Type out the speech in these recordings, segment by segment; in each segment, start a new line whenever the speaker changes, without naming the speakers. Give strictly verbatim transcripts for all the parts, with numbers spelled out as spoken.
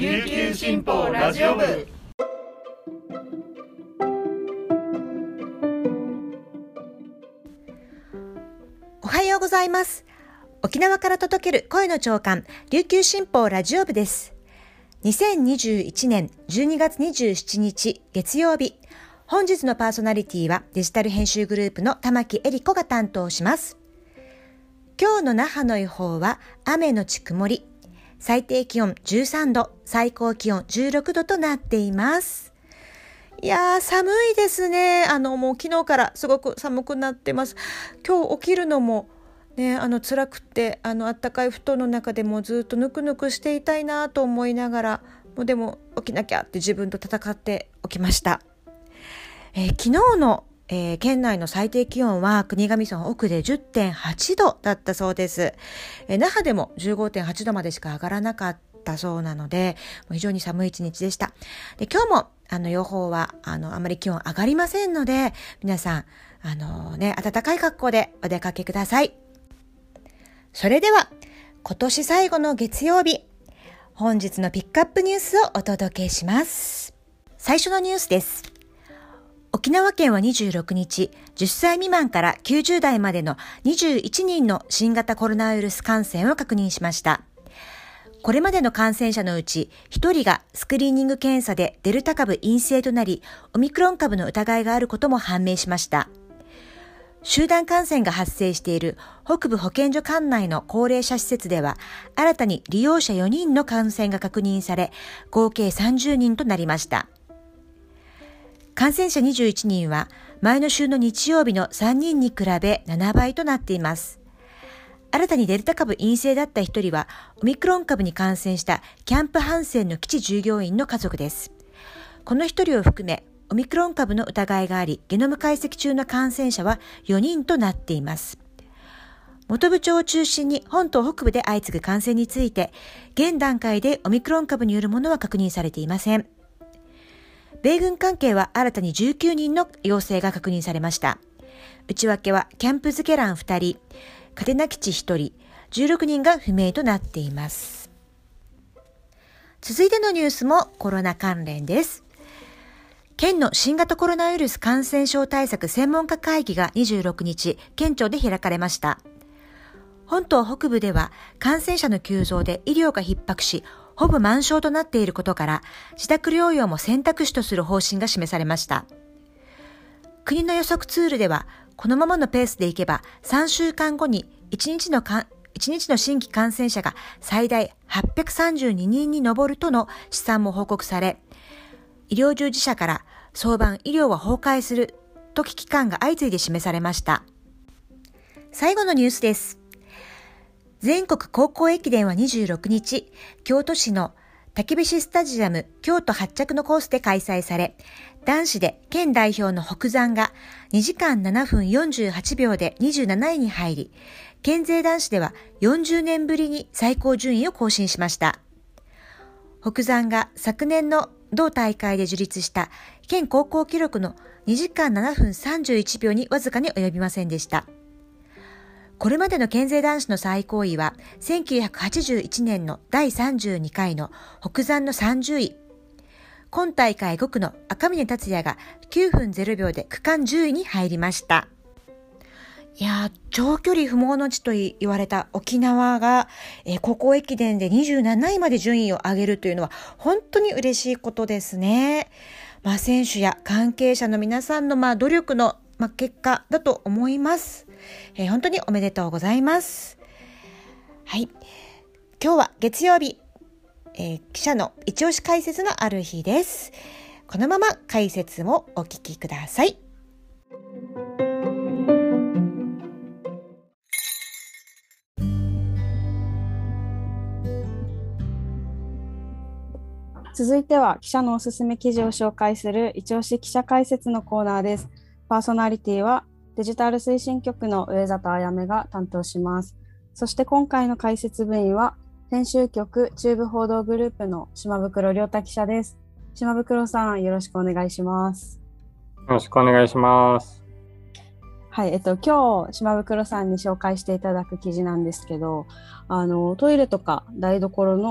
琉球新報ラジオ部。
おはようございます。沖縄から届ける声の朝刊、琉球新報ラジオ部です。にせんにじゅういちねんじゅうにがつにじゅうしちにち月曜日、本日のパーソナリティはデジタル編集グループの玉木恵理子が担当します。今日の那覇の予報は雨のち曇り、最低気温じゅうさんど、最高気温じゅうろくどとなっています。いやー寒いですね。あのもう昨日からすごく寒くなってます。今日起きるのもね、あの辛くて、あの暖かい布団の中でもずっとぬくぬくしていたいなと思いながら、もうでも起きなきゃって自分と戦って起きました。えー、昨日の、えー、県内の最低気温は国頭村奥で じゅってんはちどだったそうです。えー、那覇でも じゅうごてんはちどまでしか上がらなかったそうなので、非常に寒い一日でした。で、今日もあの予報はあのあまり気温上がりませんので、皆さんあのね暖かい格好でお出かけください。それでは今年最後の月曜日、本日のピックアップニュースをお届けします。最初のニュースです。沖縄県はにじゅうろくにち、じゅっさい未満からきゅうじゅうだいまでのにじゅういちにんの新型コロナウイルス感染を確認しました。これまでの感染者のうちひとりがスクリーニング検査でデルタ株陰性となり、オミクロン株の疑いがあることも判明しました。集団感染が発生している北部保健所管内の高齢者施設では、新たに利用者よにんの感染が確認され、合計さんじゅうにんとなりました。感染者にじゅういちにんは前の週の日曜日のさんにんに比べななばいとなっています。新たにデルタ株陰性だったひとりは、オミクロン株に感染したキャンプハンセンの基地従業員の家族です。このひとりを含め、オミクロン株の疑いがあり、ゲノム解析中の感染者はよにんとなっています。本部町を中心に本島北部で相次ぐ感染について、現段階でオミクロン株によるものは確認されていません。米軍関係は新たにじゅうきゅうにんの陽性が確認されました。内訳はキャンプズケランふたり、嘉手納基地ひとり、じゅうろくにんが不明となっています。続いてのニュースもコロナ関連です。県の新型コロナウイルス感染症対策専門家会議がにじゅうろくにち、県庁で開かれました。本島北部では感染者の急増で医療が逼迫し、ほぼ満床となっていることから、自宅療養も選択肢とする方針が示されました。国の予測ツールでは、このままのペースでいけば、さんしゅうかんごにいちにちのかいちにちの新規感染者が最大はっぴゃくさんじゅうににんに上るとの試算も報告され、医療従事者から早晩医療は崩壊すると危機感が相次いで示されました。最後のニュースです。全国高校駅伝はにじゅうろくにち、京都市の焚き火スタジアム京都発着のコースで開催され、男子で県代表の北山がにじかんななふんよんじゅうはちびょうでにじゅうなないに入り、県勢男子ではよんじゅうねんぶりに最高順位を更新しました。北山が昨年の同大会で樹立した県高校記録のにじかんななふんさんじゅういちびょうにわずかに及びませんでした。これまでの県勢男子の最高位はせんきゅうひゃくはちじゅういちねんのだいさんじゅうにかいの北山のさんじゅうい、今大会ごくの赤嶺達也がきゅうふんぜろびょうで区間じゅういに入りました。いやー、長距離不毛の地と言われた沖縄が、えー、高校駅伝でにじゅうなないまで順位を上げるというのは本当に嬉しいことですね。まあ、選手や関係者の皆さんのまあ努力のまあ結果だと思います。えー、本当におめでとうございます。はい。今日は月曜日、えー、記者の一押し解説のある日です。このまま解説もお聞きください。
続いては記者のおすすめ記事を紹介する一押し記者解説のコーナーです。パーソナリティはデジタル推進局の上里あやめが担当します。そして今回の解説部員は編集局中部報道グループの島袋亮太記者です。島袋さん、よろしくお願いします。
よろしくお願いします。
はい、えっと、今日島袋さんに紹介していただく記事なんですけど、あのトイレとか台所の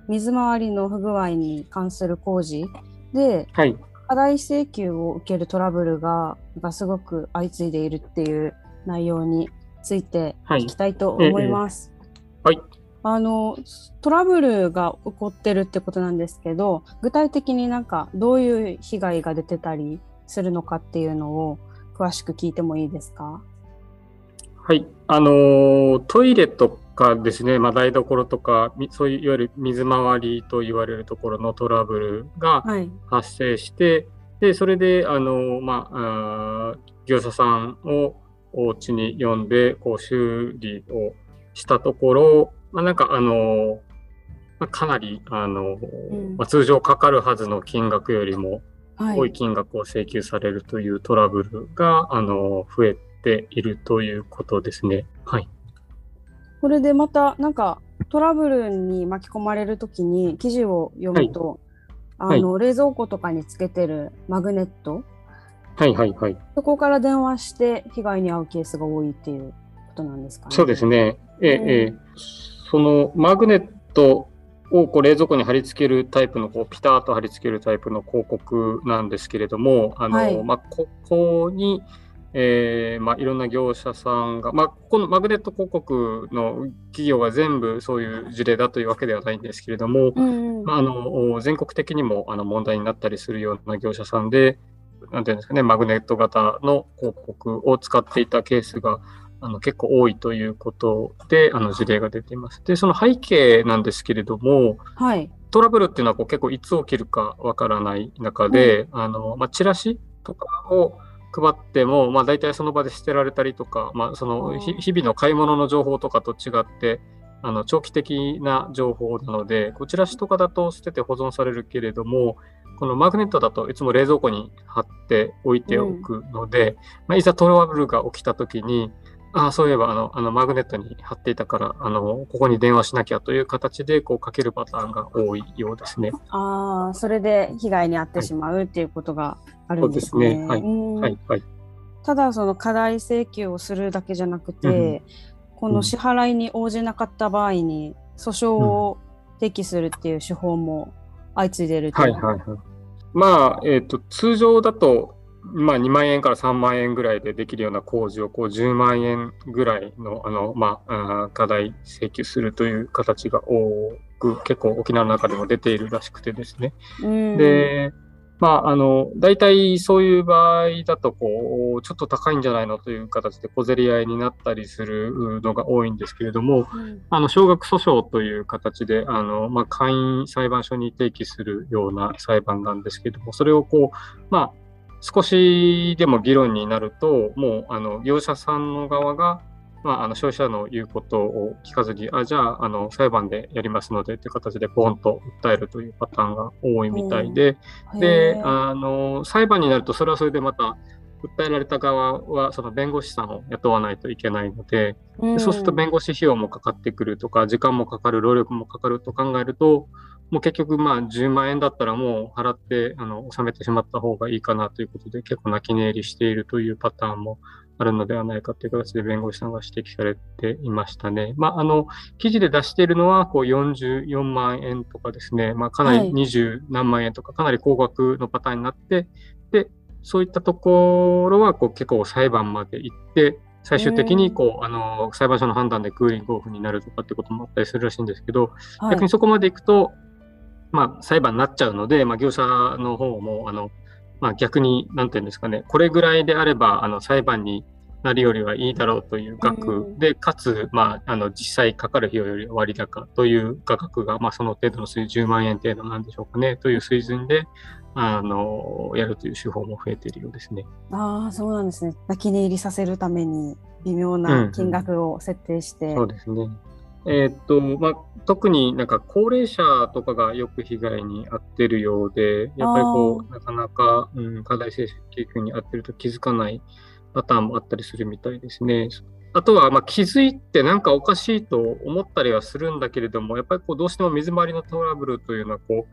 水回りの不具合に関する工事で、
はい。
過大請求を受けるトラブルが、がすごく相次いでいるっていう内容について聞きたいと思います。
はい。ええ、はい。
あのトラブルが起こってるってことなんですけど、具体的になんかどういう被害が出てたりするのかっていうのを詳しく聞いてもいいですか？
はい。あのートイレとかですね、まあ、台所とか、みそういういわゆる水回りと言われるところのトラブルが
はい
発生して、で、それで、あのーまあ、あー業者さんをお家に呼んで、こう、修理をしたところ、まあ、なんか、あのーまあ、かなり、あのー
うん
まあ、通常かかるはずの金額よりも、
はい
多い金額を請求されるというトラブルが、あの、増えているということですね。はい。
これでまたなんかトラブルに巻き込まれるときに記事を読むと、
はい、
あの冷蔵庫とかにつけてるマグネット、
はいはいはい。
そこから電話して被害に遭うケースが多いっていうことなんですかね。
そうですね。え、
うん
え、そのマグネットをこう冷蔵庫に貼り付けるタイプのこうピタッと貼り付けるタイプの広告なんですけれども、あの、
はい
まあ、ここに、えーまあ、いろんな業者さんが、まあ、このマグネット広告の企業が全部そういう事例だというわけではないんですけれども、
うんうん
まあ、あの全国的にもあの問題になったりするような業者さんで、なんていうんですかね、マグネット型の広告を使っていたケースがあの結構多いということで、あの事例が出ています。で、その背景なんですけれども、
はい
トラブルっていうのはこう結構いつ起きるかわからない中で、あのまあ、チラシとかを配っても、まあ、大体その場で捨てられたりとか、まあ、その日日々の買い物の情報とかと違って、あの長期的な情報なので、こうチラシとかだと捨てて保存されるけれども、このマグネットだといつも冷蔵庫に貼っておいておくので、うんまあ、いざトラブルが起きたときに、ああ、そういえばあのあのマグネットに貼っていたからあのここに電話しなきゃという形でこうかけるパターンが多いようですね。
ああ、それで被害に遭ってしまうっていうことがあるんですね。
そうですね。はい。はい。はい。
ただその過大請求をするだけじゃなくて、うん、この支払いに応じなかった場合に訴訟を提起するっていう手法も相次いでいるという、
はいはいはい。まあ、えっと、通常だと、まあ、にまんえんからさんまんえんぐらいでできるような工事をこうじゅうまんえんぐらいの、あの、まあ、あ課題請求するという形が多く、結構沖縄の中でも出ているらしくてですね。
うん
で、まあ、あの、大体そういう場合だと、こう、ちょっと高いんじゃないのという形で小競り合いになったりするのが多いんですけれども、うん、あの、少額訴訟という形で、あの、まあ、簡易裁判所に提起するような裁判なんですけれども、それをこう、まあ、少しでも議論になると、もう、あの、業者さんの側が、まあ、あの消費者の言うことを聞かずに、あ、じゃあ、あの、裁判でやりますのでという形でポンと訴えるというパターンが多いみたいで、で、あの、裁判になると、それはそれでまた、訴えられた側は、その弁護士さんを雇わないといけないので、
うん、
でそうすると弁護士費用もかかってくるとか、時間もかかる、労力もかかると考えると、もう結局、まあ、じゅうまんえんだったらもう払って、あの、納めてしまった方がいいかなということで、結構泣き寝入りしているというパターンもあるのではないかという形で弁護士さんが指摘されていましたね。まあ、あの、記事で出しているのは、こう、よんじゅうよんまんえんとかですね、まあ、かなりにじゅうなんまんえんとか、かなり高額のパターンになって、で、そういったところは、こう、結構裁判まで行って、最終的にこう、あの、裁判所の判断でクーリングオフになるとかってこともあったりするらしいんですけど、はい、逆にそこまで行くと、まあ、裁判になっちゃうので、まあ、業者の方も、あの、まあ、逆に、なんていうんですかね、これぐらいであれば、あの、裁判になるよりはいいだろうという額で、かつ、まあ、あの、実際かかる費用より割高という価格が、まあ、その程度の水じゅうまんえん程度なんでしょうかね、という水準で、あの、やるという手法も増えているようですね。
ああ、そうなんですね。泣き寝入りさせるために、微妙な金額を設定して。
うん、そうですね。えーっとまあ、特になんか高齢者とかがよく被害に遭っているようで、やっぱりこうなかなか、うん、過大請求に遭っていると気づかないパターンもあったりするみたいですね。あとはまあ気づいてなんかおかしいと思ったりはするんだけれども、やっぱりこうどうしても水回りのトラブルというのはこう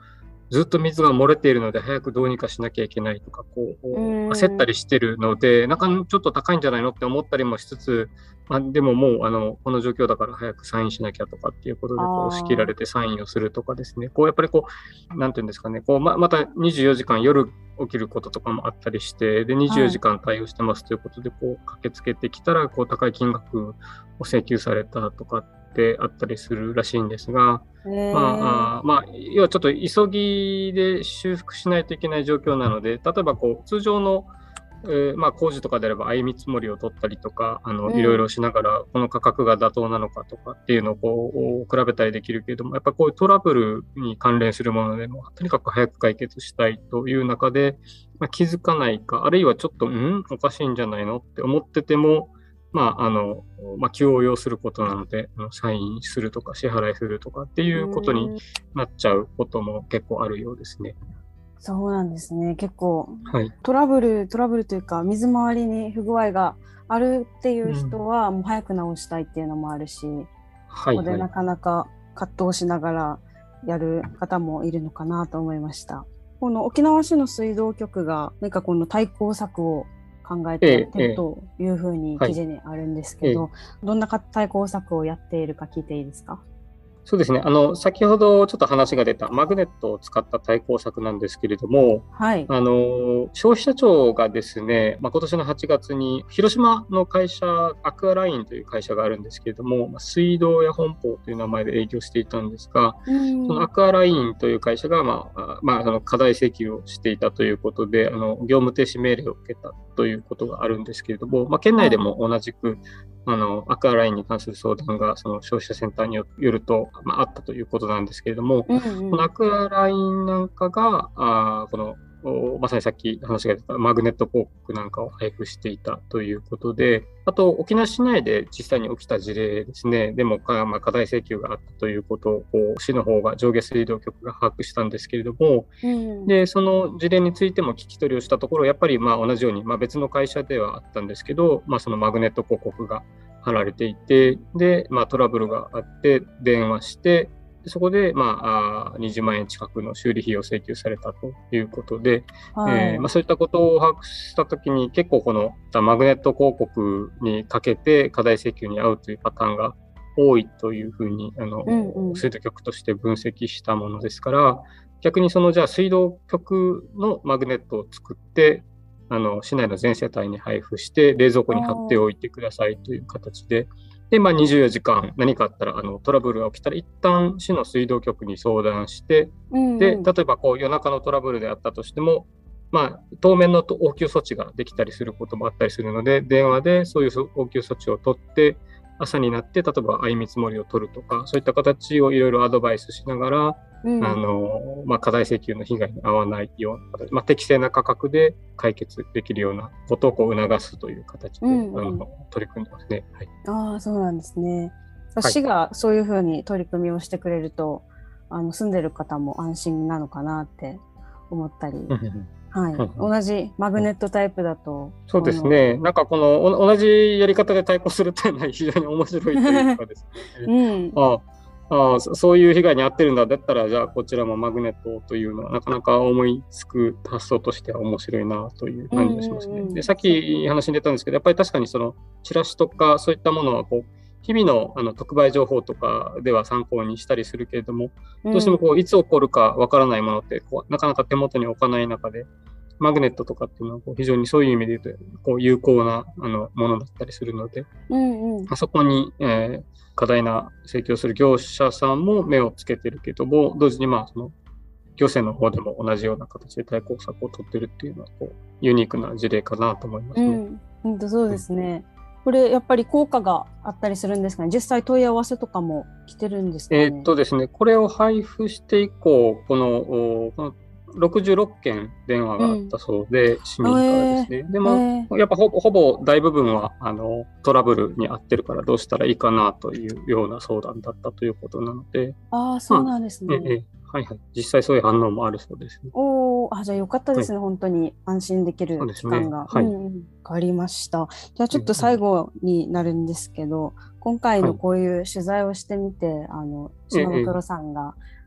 ずっと水が漏れているので早くどうにかしなきゃいけないとか、こう焦ったりしてるので、なんかちょっと高いんじゃないのって思ったりもしつつ、まあ、でももうあのこの状況だから早くサインしなきゃとかっていうことでこう押し切られてサインをするとかですね、こうやっぱりこうなんていうんですかね、こう ま, またにじゅうよじかん夜起きることとかもあったりして、でにじゅうよじかん対応してますということで、こう駆けつけてきたらこう高い金額を請求されたとかってあったりするらしいんですが、まあ、あまあ要はちょっと急ぎで修復しないといけない状況なので、例えばこう通常のえーまあ、工事とかであれば相見積もりを取ったりとか、あの、うん、いろいろしながらこの価格が妥当なのかとかっていうのをこう比べたりできるけれども、やっぱりこういうトラブルに関連するものでもとにかく早く解決したいという中で、まあ、気づかないか、あるいはちょっとんおかしいんじゃないのって思ってても、まああのまあ、気を応用することなのでサインするとか支払いするとかっていうことになっちゃうことも結構あるようですね。
そうなんですね。結構、
はい、
トラブルトラブルというか水回りに不具合があるっていう人はもう早く直したいっていうのもあるし、うん、
はいはい、
ここでなかなか葛藤しながらやる方もいるのかなと思いました。この沖縄市の水道局が何かこの対抗策を考えているというふうに記事にあるんですけど、はい、どんな対抗策をやっているか聞いていいですか？
そうですね。あの、先ほどちょっと話が出たマグネットを使った対抗策なんですけれども、
はい、
あの、消費者庁がですね、まあ、今年のはちがつに広島の会社、アクアラインという会社があるんですけれども、まあ、水道屋本舗という名前で営業していたんですが、そのアクアラインという会社が、まあ、まあ、その過大請求をしていたということで、あの、業務停止命令を受けたということがあるんですけれども、まあ、県内でも同じく、あのアクアラインに関する相談がその消費者センターによると、まあ、あったということなんですけれども、うんうん、このアクアラインなんかがあこのまさにさっき話が出たマグネット広告なんかを配布していたということで、あと沖縄市内で実際に起きた事例ですね、でもか、まあ、過大請求があったということをこう市の方が上下水道局が把握したんですけれども、うん、でその事例についても聞き取りをしたところ、やっぱりまあ同じように、まあ、別の会社ではあったんですけど、まあ、そのマグネット広告が貼られていて、で、まあ、トラブルがあって電話して、そこで、まあ、にじゅうまんえん近くの修理費用を請求されたということで、はいえーまあ、そういったことを把握したときに結構このマグネット広告にかけて過大請求に遭うというパターンが多いというふうにあの、うんうん、水道局として分析したものですから、逆にそのじゃあ水道局のマグネットを作ってあの市内の全世帯に配布して冷蔵庫に貼っておいてくださいという形で、で、まあ、にじゅうよじかん何かあったらあのトラブルが起きたら一旦市の水道局に相談して、うんうん、で例えばこう夜中のトラブルであったとしても、まあ、当面の応急措置ができたりすることもあったりするので、電話でそういう応急措置を取って朝になって例えば相見積もりを取るとか、そういった形をいろいろアドバイスしながら、うんあのまあ、過大請求の被害に遭わないような形、まあ、適正な価格で解決できるようなことをこう促すという形で、うんうん、あの取り組んでますね。はい、
ああ、そうなんですね。市がそういうふうに取り組みをしてくれると、はい、あの住んでる方も安心なのかなって思ったり。はい、同じマグネットタイプだと、
そうですね、なんかこの同じやり方で対抗するというのは非常に面白いというかですね、うん、ああそういう被害に遭ってるんだ、だったらじゃあこちらもマグネットというのはなかなか思いつく発想としては面白いなという感じがしますね。うんうんうん、でさっき話に出たんですけど、やっぱり確かにそのチラシとかそういったものはこう日々 の, あの特売情報とかでは参考にしたりするけれども、どうしてもこういつ起こるかわからないものってこうなかなか手元に置かない中で、マグネットとかっていうのはこう非常にそういう意味で言うとこう有効なあのものだったりするので、うんうん、あそこに、えー、過大な請求をする業者さんも目をつけてるけども、同時にまあその行政の方でも同じような形で対抗策を取ってるっていうのはこうユニークな事例かなと思いますね。うん、
本当そうですね。うん、これやっぱり効果があったりするんですかね。実際問い合わせとかも来てるんですかね。
えーっとですね、これを配布して以降、この、このろくじゅうろっけん電話があったそうで、うん、市民からですね。えー、でも、えー、やっぱほぼ、ほぼ大部分はあのトラブルに遭ってるからどうしたらいいかなというような相談だったということなので。
ああ、そうなんですね。
まあ、えーはいはい、実際そういう反応もあるそうですね。
おあ、じゃあよかったですね、はい、本当に安心できる期間が、ねはい、うん、分かりました。じゃあちょっと最後になるんですけど、はい、今回のこういう取材をしてみて、あの島袋さんが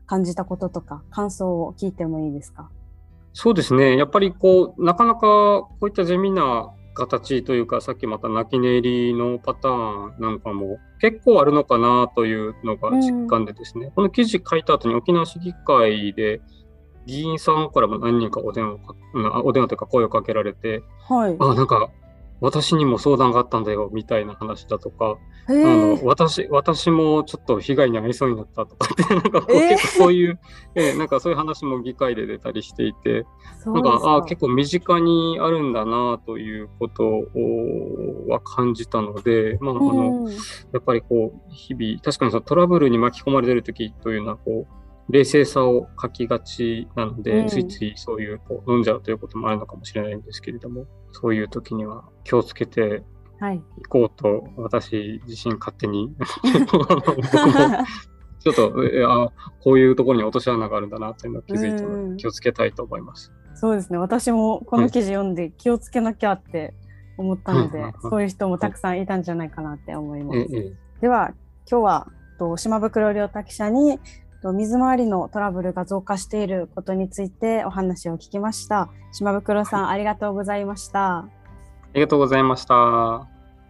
感じたこととか感想を聞いてもいいですか？
そうですね。やっぱりこう、なかなかこういった地味な形というか、さっきまた泣き寝入りのパターンなんかも結構あるのかなというのが実感でですね、うん、この記事書いた後に沖縄市議会で議員さんからも何人かお電話か、お電話というか声をかけられて、はい、あ、なんか私にも相談があったんだよみたいな話だとか、あの私私もちょっと被害に遭いそうになったとかってなんかこう結構そういう、えー、なんかそういう話も議会で出たりしていて、なんかあ結構身近にあるんだなということは感じたので、まあ、あのやっぱりこう日々確かにそのトラブルに巻き込まれている時というのはこう冷静さを欠きがちなので、うん、ついついそういうこう飲んじゃうということもあるのかもしれないんですけれども、そういう時には気をつけていこうと、はい、私自身勝手に僕もちょっとあこういうところに落とし穴があるんだなというのを気づいたので気をつけたいと思います。
うん、そうですね。私もこの記事読んで気をつけなきゃって思ったので、はい、そういう人もたくさんいたんじゃないかなって思います。はい、では今日はと島袋亮太記者に水回りのトラブルが増加していることについてお話を聞きました。島袋さん、ありがとうございました。
ありがとうございました。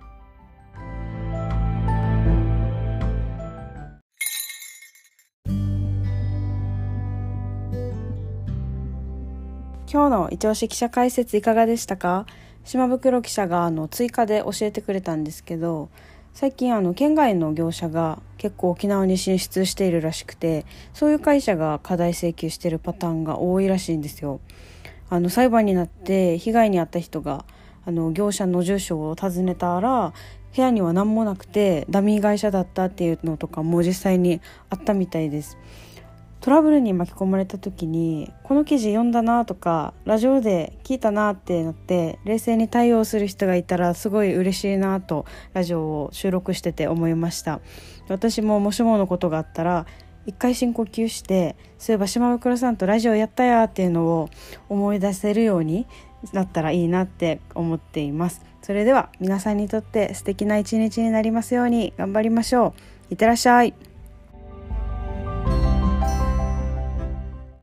今日の一押し記者解説いかがでしたか？島袋記者があの追加で教えてくれたんですけど、最近あの県外の業者が結構沖縄に進出しているらしくて、そういう会社が過大請求しているパターンが多いらしいんですよ。あの裁判になって被害に遭った人があの業者の住所を訪ねたら部屋には何もなくてダミー会社だったっていうのとかも実際にあったみたいです。トラブルに巻き込まれた時にこの記事読んだなとかラジオで聞いたなってなって冷静に対応する人がいたらすごい嬉しいなとラジオを収録してて思いました。私ももしものことがあったら一回深呼吸して、そういえば島袋さんとラジオやったやっていうのを思い出せるようになったらいいなって思っています。それでは皆さんにとって素敵な一日になりますように頑張りましょう。いってらっしゃい。